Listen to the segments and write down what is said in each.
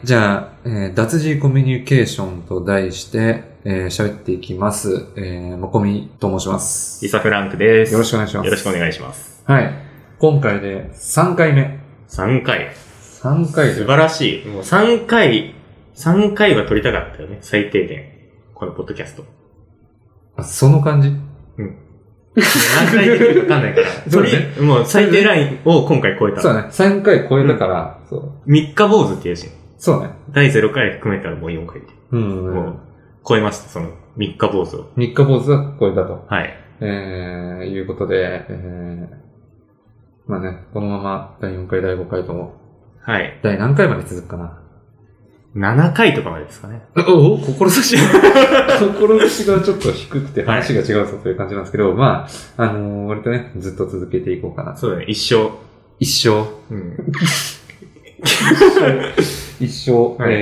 じゃあ、脱字コミュニケーションと題して、喋っていきます。もこみと申します。 リサ・フランクです。 よろしくお願いします。 よろしくお願いします。 はい。今回で3回目。 3回。 3回で。 素晴らしい。もう3回は撮りたかったよね。最低限。このポッドキャスト。 あ、その感じ？ うん。何回できるか分かんないから。もう最低ラインを今回超えた。 そうね。3回超えたから、 そう。3日坊主って言うし。 そうね。 第0回含めたらもう4回で。もう超えました、その3日坊主を。 3日坊主は超えたと。 はい。 いうことで、まあね、このまま第4回、第5回とも。 はい。 第何回まで続くかな。 7回とかまでですかね。 お志がちょっと低くて話が違うぞという感じなんですけど、まあ、割とね、ずっと続けていこうかな。 そうだね、一生。 うん。一生。はい、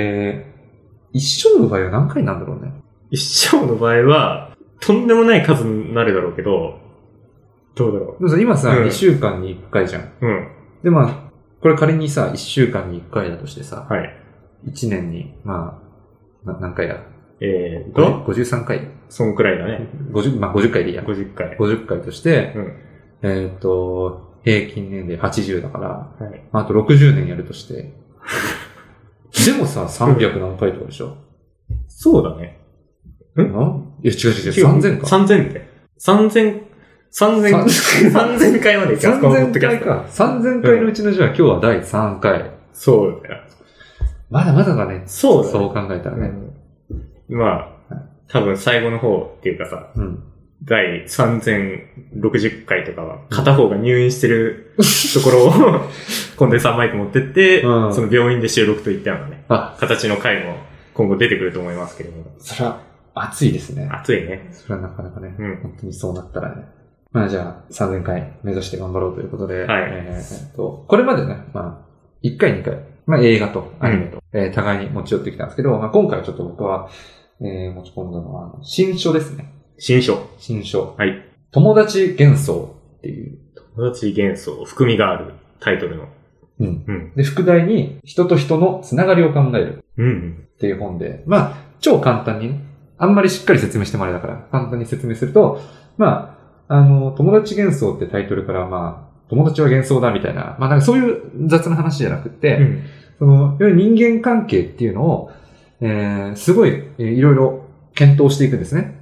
一生の場合は何回なんだろうね。 一生の場合は、とんでもない数になるだろうけど、どうだろう。 でも今さ、2週間に1回じゃん。 うん。 で、まあ、これ仮にさ、1週間に1回だとしてさ、 はい。 1年に、まあ、何回だ？53回。 そんくらいだね。 50回でいいや。 50回。 50回として、 うん、 平均年齢80だから、 はい。 まあ、あと60年やるとして。でもさ、300何回とかでしょ？ そうだね。 いや、違う、3000か。 3000って。3000回までいきます。 3000回か。3000回のうちのじゃあ今日は第3回。 そうだよ。 まだまだだね。 そうだね。 そう考えたらね。 まあ、多分最後の方っていうかさ、第3060回とかは片方が入院してるところをコンデンサーマイク持ってって、その病院で収録といったようなね、形の回も今後出てくると思いますけれども。 それは熱いですね。 熱いね。 それはなかなかね、本当にそうなったらね。まあじゃあ3000回目指して頑張ろうということで、 はい。 これまでね、まあ1回2回、まあ映画とアニメと、互いに持ち寄ってきたんですけど、まあ今回はちょっと僕は、持ち込んだのは新書ですね。 新書。 はい。友達幻想っていう。 友達幻想、含みがあるタイトルの。 で、副題に人と人のつながりを考える。っていう本で、まあ超簡単にね、あんまりしっかり説明してもらえだから、簡単に説明すると、まあ、友達幻想ってタイトルから、まあ、友達は幻想だみたいな、まあなんかそういう雑な話じゃなくて、その、人間関係っていうのを、すごい、いろいろ検討していくんですね。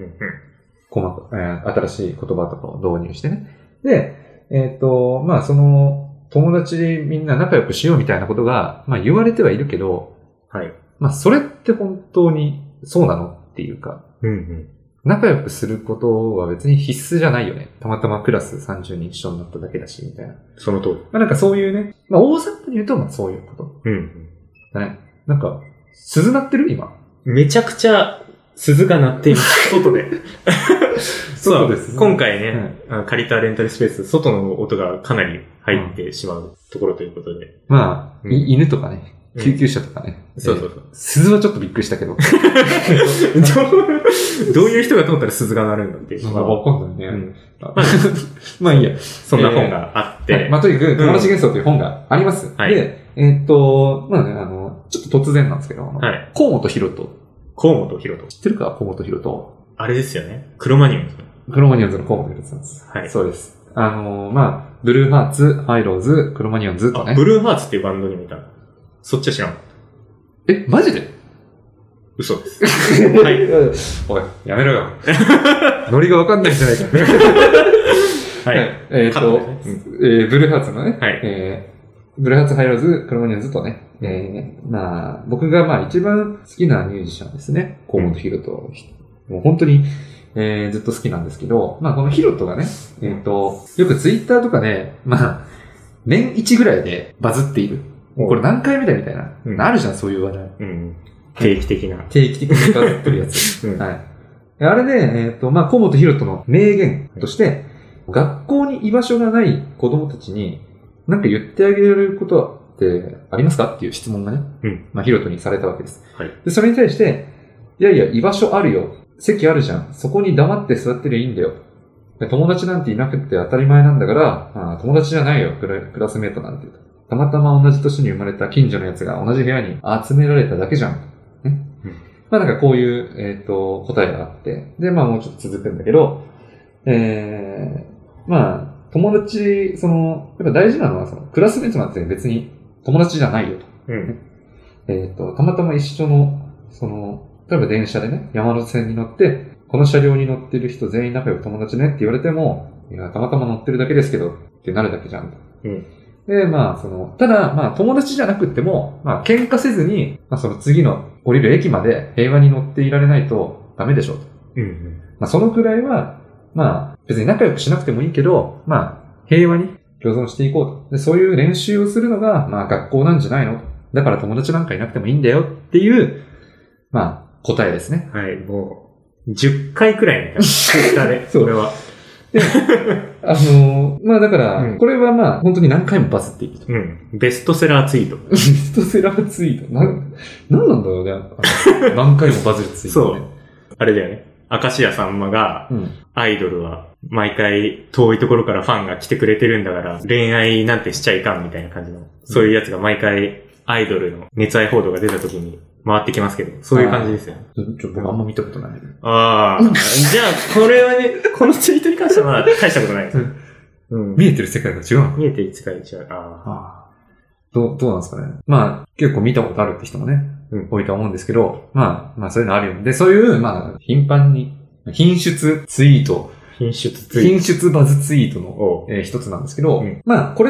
新しい言葉とかを導入してね。で、まあその、友達でみんな仲良くしようみたいなことが、まあ言われてはいるけど、 はい。 まあそれって本当にそうなのっていうか、仲良くすることは別に必須じゃないよね。たまたまクラス30人一緒になっただけだし、みたいな。 その通り。 まあなんかそういうね、まあ大雑把に言うと、まあそういうこと。だね。なんか、鈴鳴ってる今。 めちゃくちゃ鈴が鳴っています。外で。 そうですね。 今回ね、借りたレンタルスペース、外の音がかなり入ってしまうところということで。 まあ、犬とかね、救急車とかね。 そう。 鈴はちょっとびっくりしたけど。 どういう人が通ったら鈴が鳴るんだっていう。 まあ、わかんないね。まあいいや。 そんな本があって。 まあとにかく、友達幻想という本があります。で、まあね、ちょっと突然なんですけど、河本博人。知ってるか河本博人。 あれですよね。クロマニオンズの河本博人さんです。はい。そうです。まあ、ブルーハーツ、ファイローズ、クロマニオンズとね。 ブルーハーツっていうバンドにもいたの。そっちは知らんかった。 マジで？ 嘘です。はい。 おい、やめろよ。ノリがわかんないんじゃないか。 はい。 ブルーハーツのね。ブルーハーツ、ファイローズ、クロマニオンズとね。まあ、僕がまあ一番好きなミュージシャンですね。河本博人。もう本当に、ずっと好きなんですけど、まあこの博人がね、よくツイッターとかで、まあ、年1ぐらいでバズっている。これ何回目だみたいな。あるじゃん、そういう話題。 定期的にバズってるやつ。はい。あれで、まあ河本博人の名言として、学校に居場所がない子供たちに、なんか言ってあげることってありますかっていう質問がね、まあ博人にされたわけです。で、それに対して、いやいや、居場所あるよ。席あるじゃん。そこに黙って座ってりゃいいんだよ。友達なんていなくて当たり前なんだから、友達じゃないよ、クラスメートなんて。 たまたま同じ年に生まれた近所のやつが同じ部屋に集められただけじゃん。ね。まあなんかこういう、答えがあって、で、まあもうちょっと続くんだけど、まあ、友達、やっぱ大事なのは、クラスメイトなんて別に友達じゃないよと。たまたま一緒の、例えば電車でね、山手線に乗って、この車両に乗ってる人全員仲良く友達ねって言われても、いや、たまたま乗ってるだけですけど、ってなるだけじゃん。で、まあ、ただ、まあ、友達じゃなくっても、まあ、喧嘩せずに、まあ、次の降りる駅まで平和に乗っていられないとダメでしょと。まあ、そのくらいは、まあ、別に仲良くしなくてもいいけど、まあ、平和に共存していこうと。で、そういう練習をするのが、まあ、学校なんじゃないの？だから友達なんかいなくてもいいんだよっていう、まあ、答えですね。 はい、もう、10回くらいね。Twitter で、それは。 で、まあだから、これはまあ、本当に何回もバズっていると。 ベストセラーツイート。 ベストセラーツイート。なんなんだろうね。何回もバズるツイート、ね。 そう。あれだよね。明石家さんまが、アイドルは毎回遠いところからファンが来てくれてるんだから、恋愛なんてしちゃいかんみたいな感じの、そういうやつが毎回アイドルの熱愛報道が出た時に回ってきますけど、そういう感じですよね。 僕あんま見たことない。 ああ。じゃあ、これはね、このツイートに関してはまだ大したことないです。 見えてる世界が違う。 見えてる世界が違う。 どうなんですかね。まあ、結構見たことあるって人もね、多いと思うんですけど、まあそういうのあるよね。で、そういう、まあ、頻繁に、品質ツイート。品質バズツイートの、一つなんですけど、まあ、これって、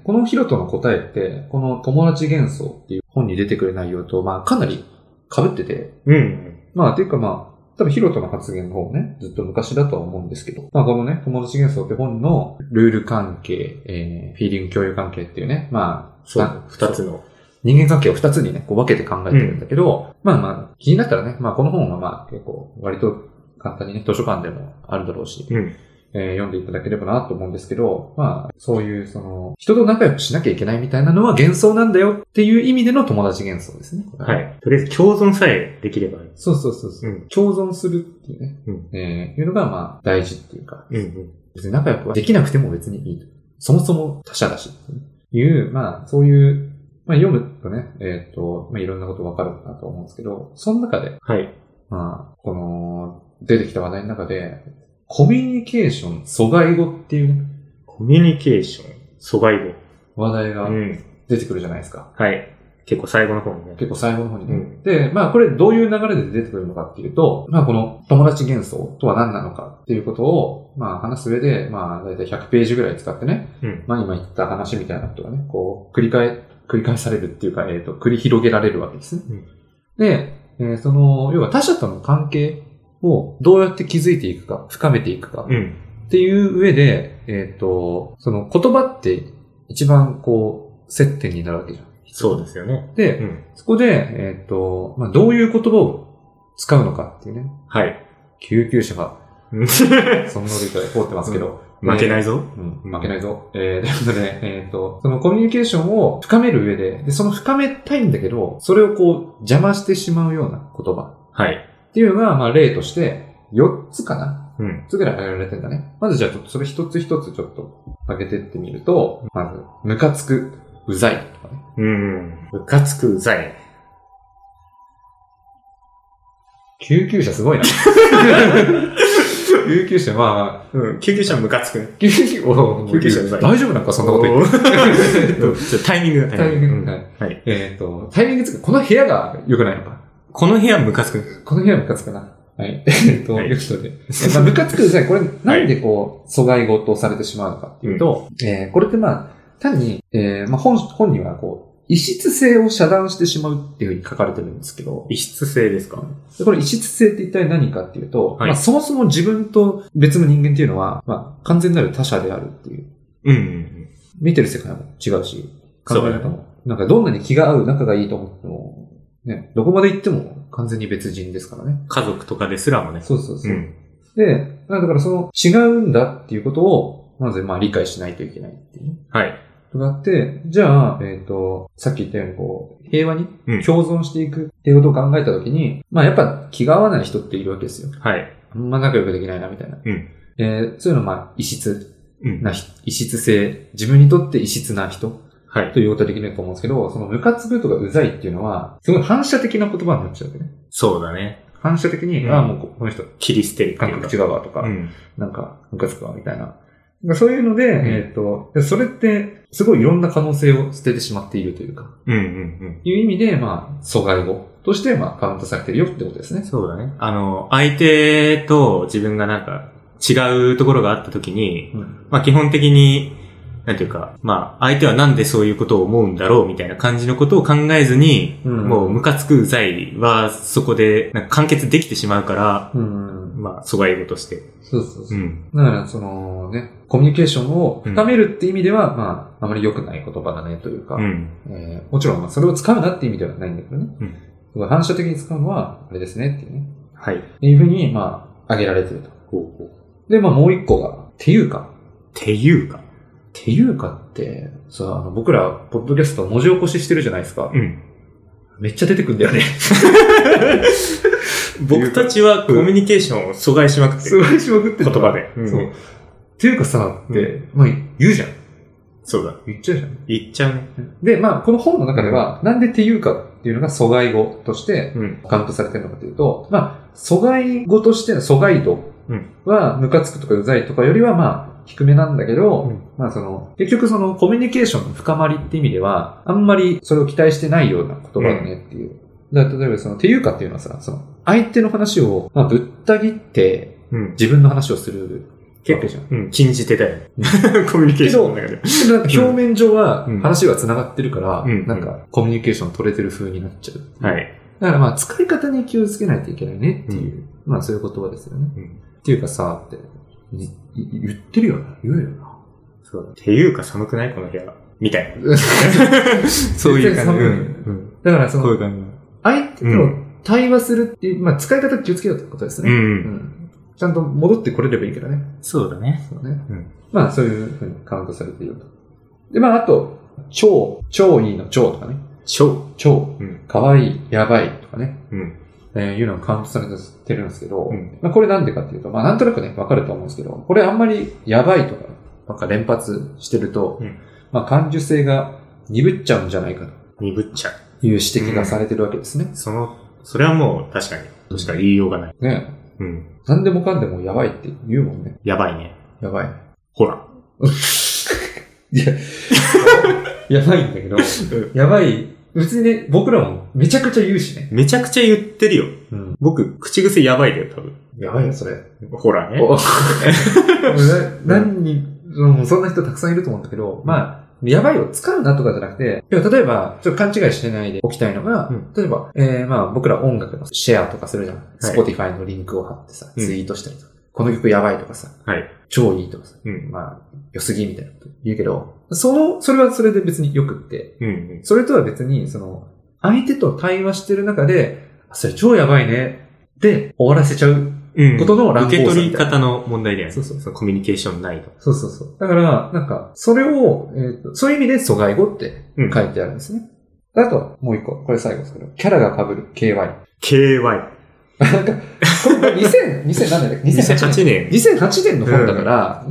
このヒロトの答えって、この友達幻想っていう本に出てくる内容と、まあ、かなり被ってて、まあ、ていうかまあ、多分ヒロトの発言の方ね、ずっと昔だとは思うんですけど、まあ、このね、友達幻想って本のルール関係、フィーリング共有関係っていうね、まあ、 二つの。 人間関係を二つにね、こう分けて考えてるんだけど、まあ、気になったらね、まあ、この本はまあ、結構、割と簡単にね、図書館でもあるだろうし、読んでいただければなと思うんですけど、まあ、そういう、人と仲良くしなきゃいけないみたいなのは幻想なんだよっていう意味での友達幻想ですね。 はい。とりあえず共存さえできればいい。 そう。共存するっていうね、いうのがまあ、大事っていうか、別に仲良くはできなくても別にいいと。そもそも他者だしっていう、まあ、そういう、まあ読むとね、まあいろんなことわかるかなと思うんですけど、その中で、まあ、この、出てきた話題の中で、コミュニケーション阻害語っていうね。 コミュニケーション阻害語。 話題が出てくるじゃないですか。 はい。結構最後の方にね。 で、まあこれどういう流れで出てくるのかっていうと、まあこの友達幻想とは何なのかっていうことを、まあ話す上で、まあだいたい100ページぐらい使ってね、まあ今言った話みたいなことがね、こう、繰り返されるっていうか、繰り広げられるわけですね。で、要は他者との関係をどうやって築いていくか、深めていくか、っていう上で、その言葉って一番こう、接点になるわけじゃん。 そうですよね。 で、そこで、まあ、どういう言葉を使うのかっていうね。 はい。 救急車が、そのノリで通ってますけど。 負けないぞ。 負けないぞ。ということで、そのコミュニケーションを深める上で、その深めたいんだけど、それをこう、邪魔してしまうような言葉。 はい。 っていうのが、まあ、例として、4つかな。4つぐらい挙げられてんだね。まずじゃあ、ちょっとそれ一つ一つちょっと挙げてってみると、まず、ムカつく、うざいとかね。 ムカつく、うざい。 救急車すごいな。救急車、まあ、 救急車ムカつくね。 救急車うざい。大丈夫なんかそんなこと言って。 タイミング。 はい。タイミングつく、この部屋が良くないのか。 この部屋ムカつく。 この部屋ムカつくな。はい。いうことで。まあ、ムカつくうざい。これ、なんでこう、阻害語とされてしまうのかっていうと、これってまあ、単に、まあ本にはこう、異質性を遮断してしまうっていうふうに書かれてるんですけど。 異質性ですか？ これ異質性って一体何かっていうと、まあそもそも自分と別の人間っていうのは、まあ完全なる他者であるっていう。見てる世界も違うし、考え方も。なんかどんなに気が合う仲がいいと思っても、ね、どこまで行っても完全に別人ですからね。 家族とかですらもね。 そう。で、だからその違うんだっていうことを、まずまあ理解しないといけないっていう。 はい。 となって、じゃあ、さっき言ったようにこう、平和に共存していくっていうことを考えたときに、まあやっぱ気が合わない人っているわけですよ。 はい。 あんま仲良くできないな、みたいな。そういうのまあ異質な、異質性、自分にとって異質な人という用途できると思うんですけど、そのムカつくとかうざいっていうのは、すごい反射的な言葉になっちゃうわけね。 そうだね。 反射的に、もうこの人、 切り捨てる感覚違うわとか、なんか、ムカつくわみたいな。そういうので、それって、すごいいろんな可能性を捨ててしまっているというか、いう意味で、阻害語として、カウントされてるよってことですね。 そうだね。相手と自分がなんか違うところがあったときに、基本的に、なんていうか、相手はなんでそういうことを思うんだろうみたいな感じのことを考えずに、もうムカつくうざいはそこでなんか完結できてしまうから、阻害語として。 そう。だから、コミュニケーションを深めるって意味では、あまり良くない言葉だねというか、もちろん、それを使うなって意味ではないんだけどね。反射的に使うのは、あれですねっていうね。 はい。 っていうふうに、挙げられてると。で、もう一個が、ていうか。 ていうか。 ていうかって、僕ら、ポッドキャスト文字起こししてるじゃないですか。めっちゃ出てくんだよね。 僕たちはコミュニケーションを阻害しまくってる。 阻害しまくってる。 言葉で。 そう。ていうかさ、って、言うじゃん。 そうだ。 言っちゃうじゃん。 言っちゃうね。 で、この本の中では、なんでていうかっていうのが阻害語としてカウントされてるのかというと、阻害語としての阻害度は、ムカつくとかうざいとかよりは低めなんだけど、結局コミュニケーションの深まりって意味では、あんまりそれを期待してないような言葉だねっていう。例えばていうかっていうのはさ、相手の話を、ぶった切って、自分の話をする。 結構じゃん。禁じ手だよね。コミュニケーションの中で。 表面上は話が繋がってるから、なんかコミュニケーション取れてる風になっちゃう。 はい。 だから使い方に気をつけないといけないねっていう、そういう言葉ですよね。っていうかさ、って、言ってるよな。言うよな。 そう。っていうか寒くないこの部屋。みたいな。そういう感じ。 だからこういう感じ。 相手と対話するっていう、使い方気をつけようってことですね。ちゃんと戻ってこれればいいけどね。 そうだね。 そういうふうにカウントされていると。で、あと、超いいの超とかね。超。かわいい、やばいとかね。いうのがカウントされてるんですけど、これなんでかっていうと、なんとなくね、わかると思うんですけど、これあんまりやばいとか、なんか連発してると、感受性が鈍っちゃうんじゃないかと。 鈍っちゃう。 いう指摘がされてるわけですね。 それはもう確かに、としか言いようがない。 ね。何でもかんでもやばいって言うもんね。 やばいね。 やばい。 ほら。 いや、やばいんだけど、やばい。別にね、僕らもめちゃくちゃ言うしね。 めちゃくちゃ言ってるよ。僕、口癖やばいだよ、多分。 やばいよ、それ。 ほらね。 そんな人たくさんいると思うんだけど、やばいを使うなとかじゃなくて、例えば、ちょっと勘違いしてないでおきたいのが、例えば、僕ら音楽のシェアとかするじゃん。Spotify のリンクを貼ってさ、ツイートしたりとか。この曲やばいとかさ、超いいとかさ、良すぎみたいなこと言うけど、それはそれで別に良くって、それとは別に、相手と対話してる中で、それ超やばいね、で終わらせちゃうことの乱暴さみたいな。 受け取り方の問題だよね。 そう。 コミュニケーションないと。 そう。だから、なんか、それを、そういう意味で阻害語って書いてあるんですね。あと、もう一個、これ最後ですけど、キャラが被る KY。なんか、これ2008年。2008年の本だから、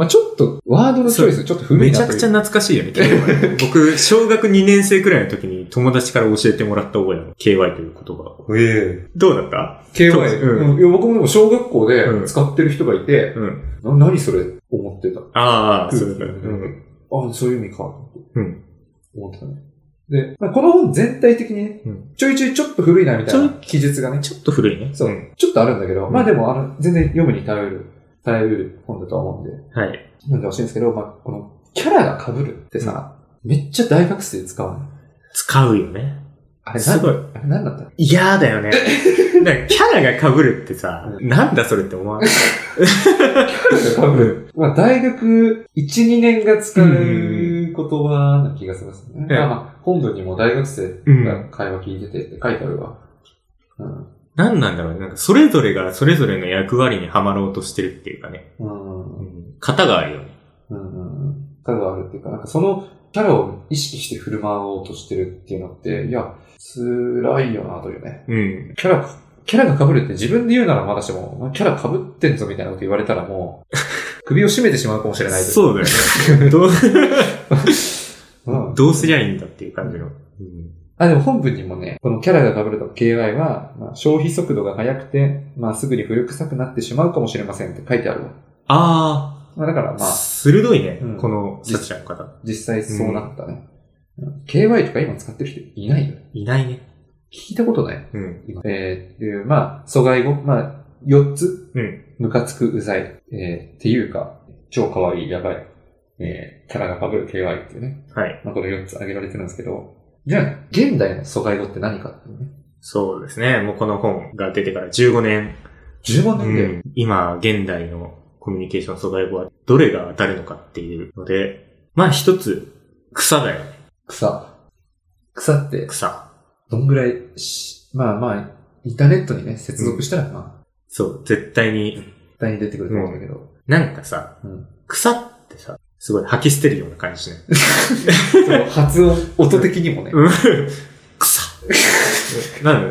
ちょっと、ワードのチョイスちょっと古いなという。 めちゃくちゃ懐かしいよね、KY。僕、小学2年生くらいの時に友達から教えてもらった覚えなの。KY という言葉を。どうだった ?KY。いや、僕もでも小学校で使ってる人がいて、何それ思ってた。 そうだ。 そういう意味か。思ってたね。で、この本全体的にね、ちょいちょっと古いなみたいな記述がね。 ちょっと古いね。 そう。ちょっとあるんだけど、でも全然読むに耐えうる本だとは思うんで。 はい。 読んでほしいんですけど、このキャラが被るってさ、めっちゃ大学生使うの。 使うよね。 あれすごい。あれ何だった嫌だよね。キャラが被るってさ、なんだそれって思わない。 キャラが被る。大学1、2年が使う言葉な気がしますね。本文にも大学生が会話聞いててって書いてあるわ。 何なんだろうね。なんかそれぞれがそれぞれの役割にはまろうとしてるっていうかね。型があるよね。型があるっていうか、なんかそのキャラを意識して振る舞おうとしてるっていうのって、いや、辛いよなというね。キャラが被るって自分で言うならまだしも、キャラ被ってんぞみたいなこと言われたらもう、首を絞めてしまうかもしれないです。 そうだよね。 どうすりゃいいんだっていう感じの。 でも本文にもね、このキャラが被ると KY は、消費速度が速くて、すぐに古臭くなってしまうかもしれませんって書いてあるわ。だから鋭いね、この作者の方。 実際そうなったね。KY とか今使ってる人いないよ。 いないね。 聞いたことない。今阻害語、4つ、ムカつくうざい、っていうか、超可愛い、やばい、キャラが被る KY っていうね。 はい。 この4つ挙げられてるんですけど、じゃあ、現代の阻害語って何かっていうね。 そうですね。もうこの本が出てから15年。 15年で、 今、現代のコミュニケーション阻害語はどれが当たるのかっていうので、一つ、草だよね。 草って、 草。 どんぐらい、インターネットにね、接続したらそう、絶対に出てくると思うんだけど。 なんかさ、草ってさ、すごい吐き捨てるような感じね。 そう発音、音的にもね。 草。なん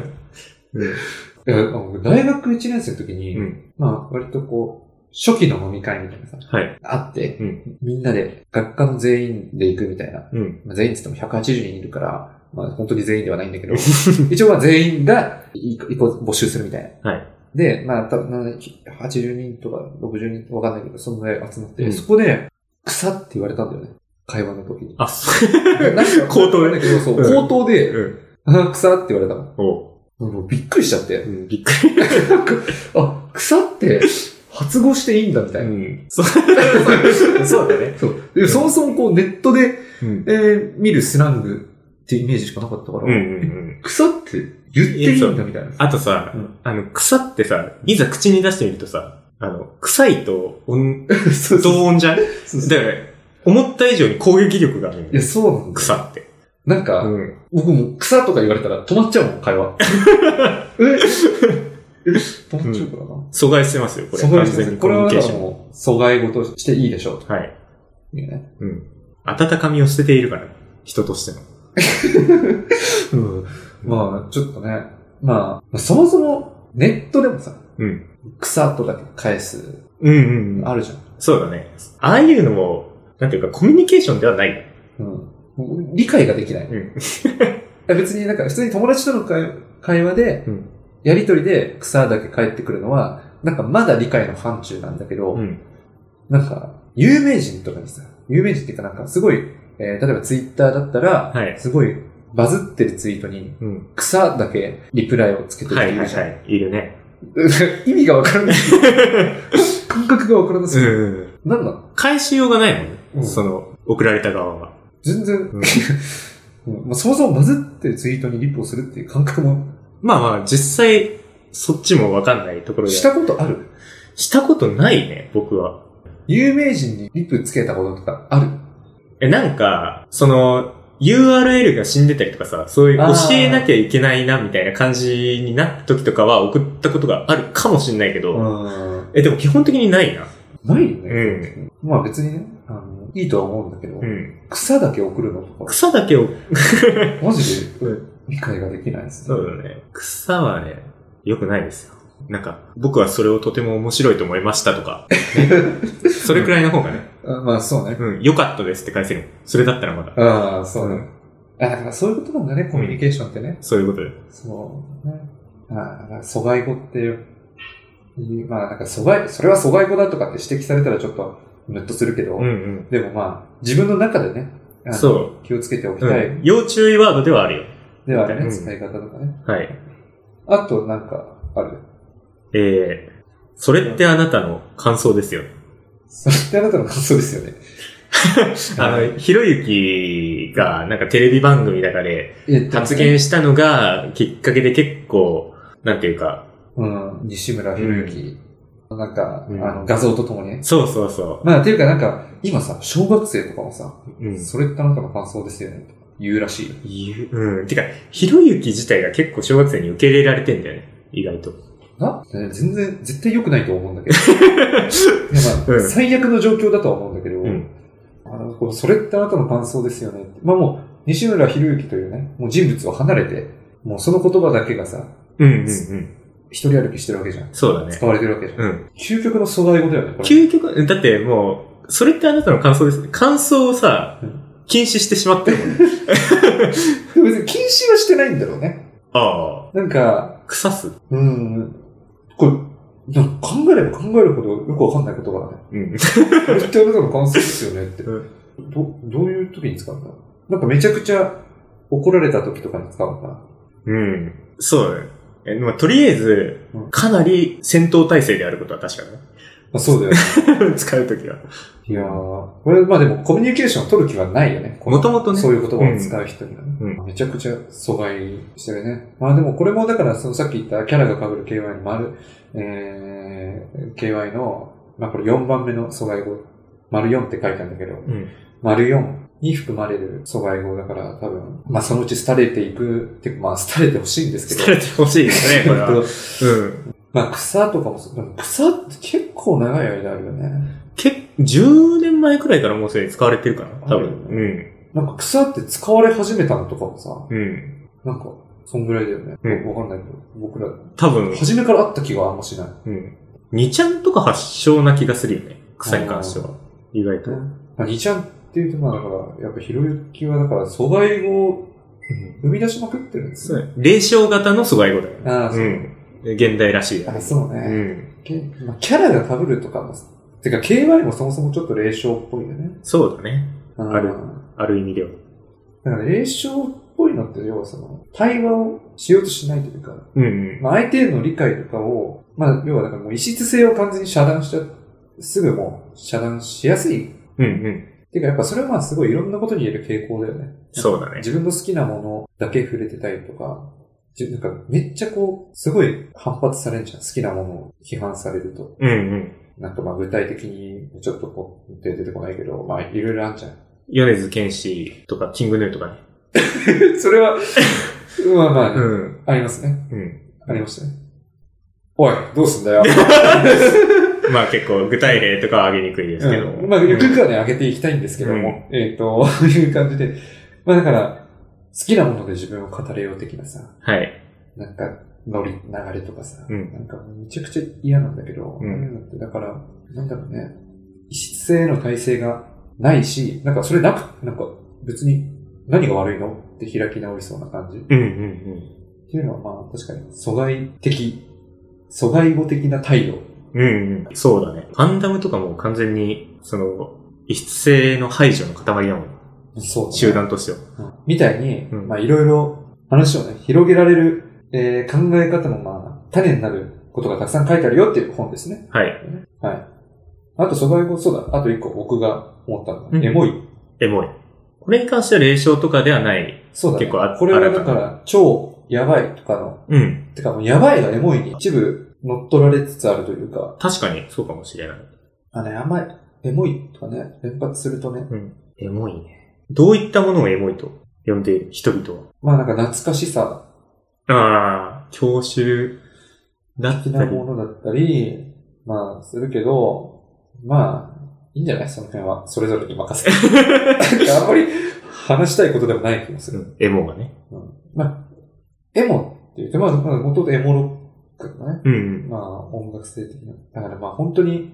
大学1年生の時に、割と初期の飲み会みたいなさ、あって、みんなで、学科の全員で行くみたいな。全員って言っても180人いるから、本当に全員ではないんだけど、一応全員が募集するみたいな。で、80人とか60人とかわかんないけど、そのぐらい集まって、そこで、草って言われたんだよね。会話の時に。 口頭で。 そう、口頭で、草って言われたの。びっくりしちゃって。 びっくり。 草って、発語していいんだみたいな。 そうだね。 そもそもネットで、見るスラングってイメージしかなかったから、草って言っていいんだみたいな。 あとさ、草ってさ、いざ口に出してみるとさ、臭いと同音じゃん？だから、思った以上に攻撃力があるんだよ。 いや、そうなんだ。 草って。 なんか、僕も草とか言われたら止まっちゃうもん、会話。止まっちゃうからな。 阻害してますよ、これ。 阻害してます。これはもう、阻害語としていいでしょうと。 はい。温かみを捨てているから、人としての。ちょっとね。そもそも、ネットでもさ、草とだけ返す。あるじゃん。 そうだね。ああいうのも、なんていうか、コミュニケーションではない。 理解ができない。別に普通に友達との会話で、やりとりで草だけ返ってくるのは、まだ理解の範疇なんだけど、有名人とかにさ、有名人っていうかすごい、例えばツイッターだったら、すごいバズってるツイートに、草だけリプライをつけてる人いるじゃん。 いるね。 意味がわからない。感覚がわからない。なんなの？ 返しようがないもんね。送られた側は。 全然、そもそもバズってるツイートにリプをするっていう感覚も。 実際、そっちもわかんないところで。 したことある？ したことないね、僕は。 有名人にリプつけたこととかある？ URL が死んでたりとかさ、そういう教えなきゃいけないなみたいな感じになった時とかは送ったことがあるかもしれないけど、でも基本的にないな。 ないよね。別にね、いいとは思うんだけど、草だけ送るのとか。 草だけを、 マジで理解ができないですね。そうだね。草はね、良くないですよ。僕はそれをとても面白いと思いましたとか、それくらいの方がね。 そうね。 良かったですって返せる。それだったらまだ。 そうね。だからそういうことなんだね、コミュニケーションってね。 そういうことで。 そうね。阻害語っていう、それは阻害語だとかって指摘されたらちょっとムッとするけど、でも自分の中でね、気をつけておきたい。 要注意ワードではあるよ。 ではあるね、使い方とかね。 はい。 あとある？ それってあなたの感想ですよ。 それってあなたの感想ですよね。 ひろゆきがテレビ番組の中で発言したのがきっかけで結構、なんていうか、 西村ひろゆき、画像とともにね。 そう。 っていうか今さ、小学生とかもさ、それってあなたの感想ですよね。言うらしいよ。 てか、ひろゆき自体が結構小学生に受け入れられてんだよね。意外と。 全然、絶対良くないと思うんだけど。最悪の状況だとは思うんだけど、それってあなたの感想ですよね。もう、西村ひろゆきというね、もう人物を離れて、もうその言葉だけがさ、一人歩きしてるわけじゃん。 そうだね。 使われてるわけじゃん。究極の阻害語だよね、これ。 究極、だってもう、それってあなたの感想ですね。感想をさ、 禁止してしまってるもんね。 別に禁止はしてないんだろうね。 ああ。 なんか、 腐す。 これ、なんか考えれば考えるほどよくわかんない言葉だね。これってあなたの感想ですよねって。どういう時に使うんだろう。なんかめちゃくちゃ怒られた時とかに使うのかな。 そうだね。とりあえず、かなり戦闘態勢であることは確かね。 そうだよね。 使うときは。 いやー、これ、まあでもコミュニケーションを取る気はないよね。 もともとね。 そういう言葉を使う人にはね。めちゃくちゃ阻害してるね。まあでもこれもだから、そのさっき言ったキャラが被る KY のKY の、まあこれ4番目の阻害語。-4って書いたんだけど、-4に含まれる阻害語だから多分、まあそのうち廃れていくっていうか、まあ廃れてほしいんですけど。 廃れてほしいですね、これは。 まあ草とかも、草って結構長い間あるよね。 10年前くらいからもうすでに使われてるかな、多分。 なんか草って使われ始めたのとかもさ、なんか、そんぐらいだよね。わかんないけど、僕ら。 多分。 初めからあった気があんましない。 2ちゃんとか発祥な気がするよね。草に関しては。意外と。 2ちゃんっていうと、まあだから、やっぱひろゆきはだから阻害語を生み出しまくってるんですね。 霊障型の阻害語だよね。 ああ、そう。 現代らしいよね。 そうね。キャラが被るとかも、てか KY もそもそもちょっと霊障っぽいよね。 そうだね。ある意味では。 だから霊障っぽいのって、要はその、対話をしようとしないというか、まあ相手への理解とかを、まあ要はだからもう異質性を完全に遮断しちゃ、すぐもう遮断しやすい。てかやっぱそれはまあすごいいろんなことに言える傾向だよね。 そうだね。 自分の好きなものだけ触れてたりとか、なんかめっちゃこう、すごい反発されるじゃん。好きなものを批判されると。なんかまあ具体的にちょっとこう、出てこないけど、まあいろいろあんじゃん。 米津玄師とか、キングヌーとかね。 それは、まあ、ありますね。ありましたね。おい、どうすんだよ。 まあ結構具体例とかは挙げにくいですけど。 まあゆくゆくはね、挙げていきたいんですけども、いう感じで。まあだから、好きなもので自分を語れよう的なさ。なんか、流れとかさ。なんかめちゃくちゃ嫌なんだけど、だから、なんだろうね。異質性の体制がないし、なんかそれなんか別に何が悪いのって開き直りそうな感じ。っていうのはまあ確かに阻害語的な態度。 そうだね。ガンダムとかも完全に、その、異質性の排除の塊なもん。 そうだね。 集団としては。 みたいに、まあいろいろ話をね、広げられる、考え方のまあ、種になることがたくさん書いてあるよっていう本ですね。あと阻害語、そうだ、あと一個僕が思ったのは、エモい。 これに関しては霊障とかではない。 そうだね。 結構これはだから、超やばいとかの。てかもうやばいがエモいに一部乗っ取られつつあるというか。 確かに、そうかもしれない。 あんまり、エモいとかね、連発するとね。 エモいね。どういったものをエモいと呼んでいる人々は。 まあなんか懐かしさ。 郷愁だったり。 的なものだったり、まあ、するけど、まあ、いいんじゃないその辺は。それぞれに任せて。あんまり話したいことでもない気もする。 エモがね。 まあ、エモって言って、まあ、元々エモロックのね。まあ、音楽性的な。だからまあ、本当に、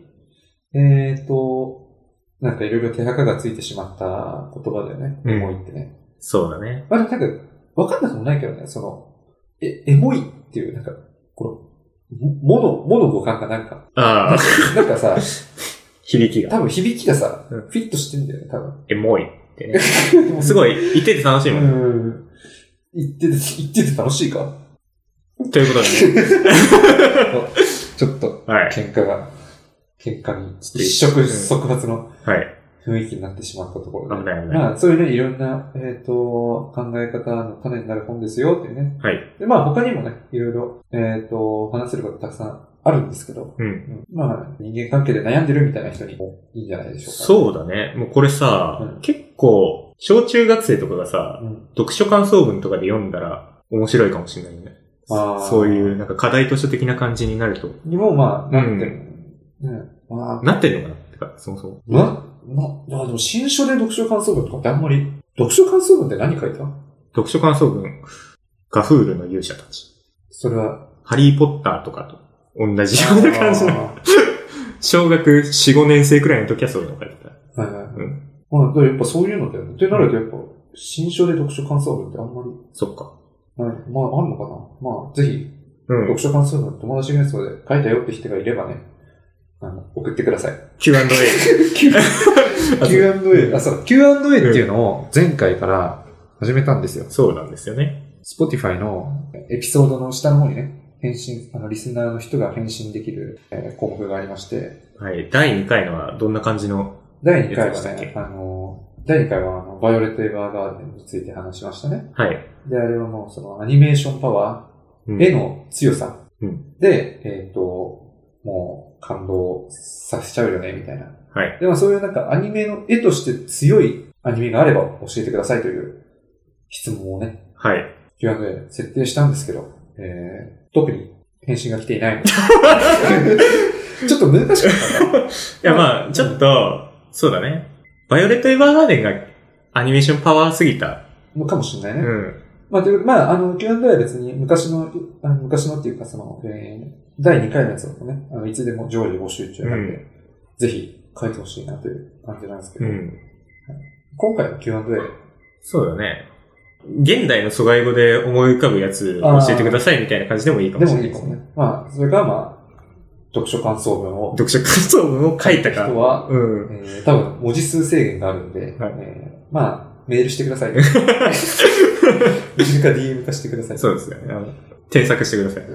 なんかいろいろ手垢がついてしまった言葉だよね。エモいってね。 そうだね。 まあ、なんか、わかんなくもないけどね、その、エモいっていう、なんか、この、モノ語感がなんか、なんかさ、 響きが。 多分響きがさ、フィットしてんだよね、多分。 エモいってね。すごい、言ってて楽しいもんね。 言ってて楽しいかということでね。 ちょっと、喧嘩に、一触即発の雰囲気になってしまったところで。まあ、そういうね、いろんな、考え方の種になる本ですよっていうね。で、まあ、他にもね、いろいろ、話せることたくさんあるんですけど、まあ、人間関係で悩んでるみたいな人にもいいんじゃないでしょうか。 そうだね。もうこれさ、結構、小中学生とかがさ、読書感想文とかで読んだら面白いかもしれないね。そういう、なんか課題図書的な感じになると。 にも、まあ、なってる。 なってるのかなってか、そもそも。 でも新書で読書感想文とかってあんまり、読書感想文って何書いた？ 読書感想文、ガフールの勇者たち。 それは、 ハリーポッターとかと同じような感じの。小学4、5年生くらいの時はそういうの書いてた。 まあ、やっぱそういうのだよね。ってなるとやっぱ、新書で読書感想文ってあんまり。 そっか。 まあ、あんのかな。まあ、ぜひ、読書感想文友達がそうで書いたよって人がいればね、送ってください。 Q&A。 Q&A。そう、Q&A っていうのを前回から始めたんですよ。 そうなんですよね。 Spotify のエピソードの下の方にね、リスナーの人が返信できる、項目がありまして。 はい。第2回のはどんな感じの第2回はね、第2回はバイオレット・エヴァーガーデンについて話しましたね。 はい。 で、あれはもうそのアニメーションパワーへの強さで、もう感動させちゃうよね、みたいな。 はい。 でもそういうなんかアニメの絵として強いアニメがあれば教えてくださいという質問をね。 はい。 Q&A 設定したんですけど、特に返信が来ていないので。ちょっと難しかったな。いやまあ、ちょっと、そうだね。バイオレット・エヴァーガーデンがアニメーションパワーすぎた。 のかもしれないね。まあ、Q&A は別に昔のっていうか第2回のやつだとね、いつでも常時募集中なんで、ぜひ書いてほしいなという感じなんですけど、今回の Q&A。 そうだね。現代の疎外語で思い浮かぶやつ教えてくださいみたいな感じでもいいかもしれないですね。 まあ、それからまあ、読書感想文を書いたか。 人は、多分文字数制限があるんで、まあ、メールしてください。メールか DM かしてください。 そうですね。添削してください。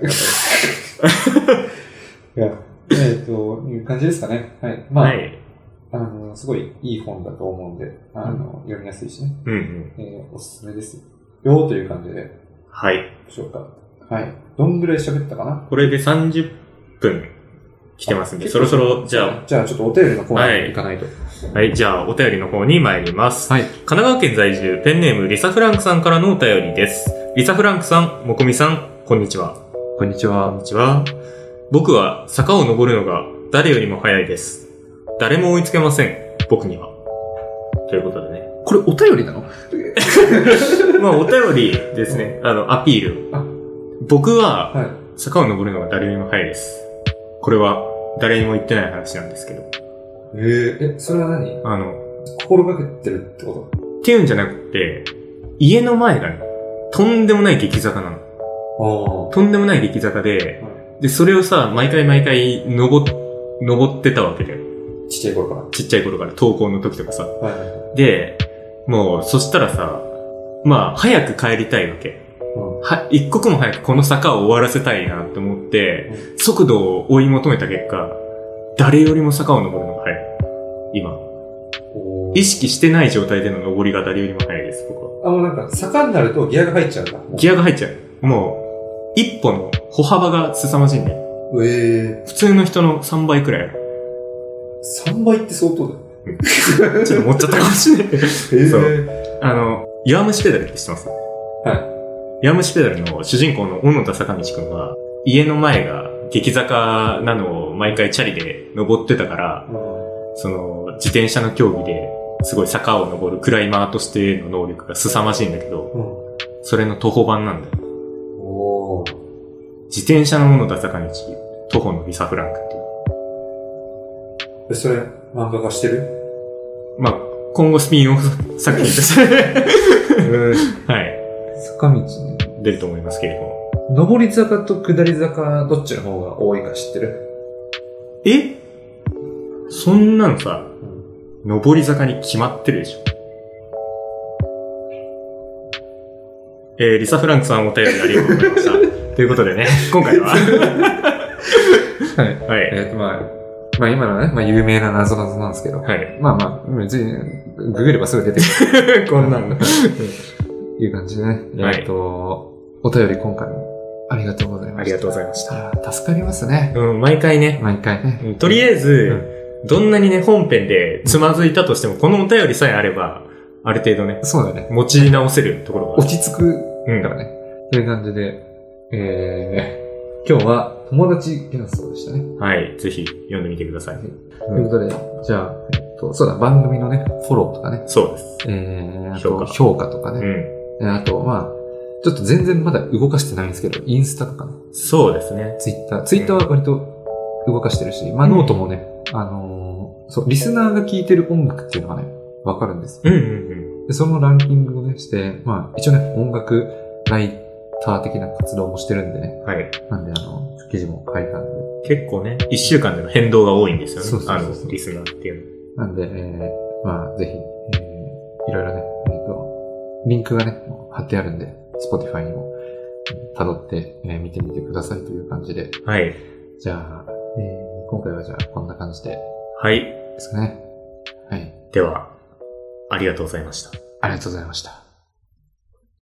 いや、いう感じですかね。はい。まあ、すごいいい本だと思うんで、読みやすいしね。おすすめですよという感じで。 はい。 でしょうか。はい。どんぐらい喋ったかな？ これで30分来てますんで、そろそろ、じゃあちょっとお便りの方に行かないと。 はい、じゃあお便りの方に参ります。 はい。 神奈川県在住、ペンネームリサフランクさんからのお便りです。リサフランクさん、もこみさん、こんにちは。 こんにちは。 こんにちは。僕は坂を登るのが誰よりも早いです。誰も追いつけません。僕には。ということでね。 これお便りなの？ まあお便りですね。アピール。僕は坂を登るのが誰よりも早いです。これは誰にも言ってない話なんですけど。 それは何？心がけてるってこと？ っていうんじゃなくて、家の前がね、とんでもない激坂なの。とんでもない激坂で、で、それをさ、毎回登ってたわけで。ちっちゃい頃から、登校の時とかさ。で、もう、そしたらさ、まあ、早く帰りたいわけ。一刻も早くこの坂を終わらせたいなって思って、速度を追い求めた結果、誰よりも坂を登るのが早い。今。意識してない状態での登りが誰よりも早いです、僕は。 もうなんか、坂になるとギアが入っちゃうんだ。 ギアが入っちゃう。もう、一歩の歩幅が凄まじいね。普通の人の3倍くらいある。 3倍って相当だよ。 ちょっと持っちゃったかもしれない。そう。弱虫ペダルって知ってます？ はい。 弱虫ペダルの主人公の小野田坂道くんは、家の前が激坂なのを毎回チャリで登ってたから、その自転車の競技ですごい坂を登るクライマーとしての能力が凄まじいんだけど、それの徒歩版なんだよ。自転車の小野田坂道、徒歩のリサフランクっていう。 それ、漫画化してる？ まあ、今後スピンオフ作品としてはい。 坂道に出ると思いますけれども。 上り坂と下り坂どっちの方が多いか知ってる？ そんなのさ、上り坂に決まってるでしょ。リサフランクさんお便りありがとうございました。ということでね、今回ははい。 まあ今のね、まあ有名な謎なんですけど。 はい。 まあ、別に、ググればすぐ出てくる。 こんなんの。 いう感じでね。お便り今回もありがとうございました。 ありがとうございました。 助かりますね。 毎回ね。とりあえず、どんなにね、本編でつまずいたとしても、このお便りさえあれば、ある程度ね。 そうだね。 持ち直せるところが。 落ち着くからね。という感じで、今日は友達幻想でしたね。 はい。ぜひ読んでみてください。 ということで、じゃあ、そうだ、番組のね、フォローとかね。 そうです。 あと評価とかね。あと、まあ、ちょっと全然まだ動かしてないんですけど、インスタとかね。 そうですね。 ツイッターは割と動かしてるし、まあノートもね、そう、リスナーが聴いてる音楽っていうのがね、 わかるんですよ。 で、そのランキングをね、して、まあ、一応ね、音楽ライター的な活動もしてるんでね。 はい。 なんで、記事も書いたんで。 結構ね、一週間での変動が多いんですよね。そうリスナーっていうの。なんで、まあ、ぜひ、いろいろね、リンクがね、貼ってあるんで、Spotify にも辿って、見てみてくださいという感じで。 はい。 じゃあ、今回はじゃあこんな感じで。 はい。 ですかね。はい。 では、ありがとうございました。 ありがとうございました。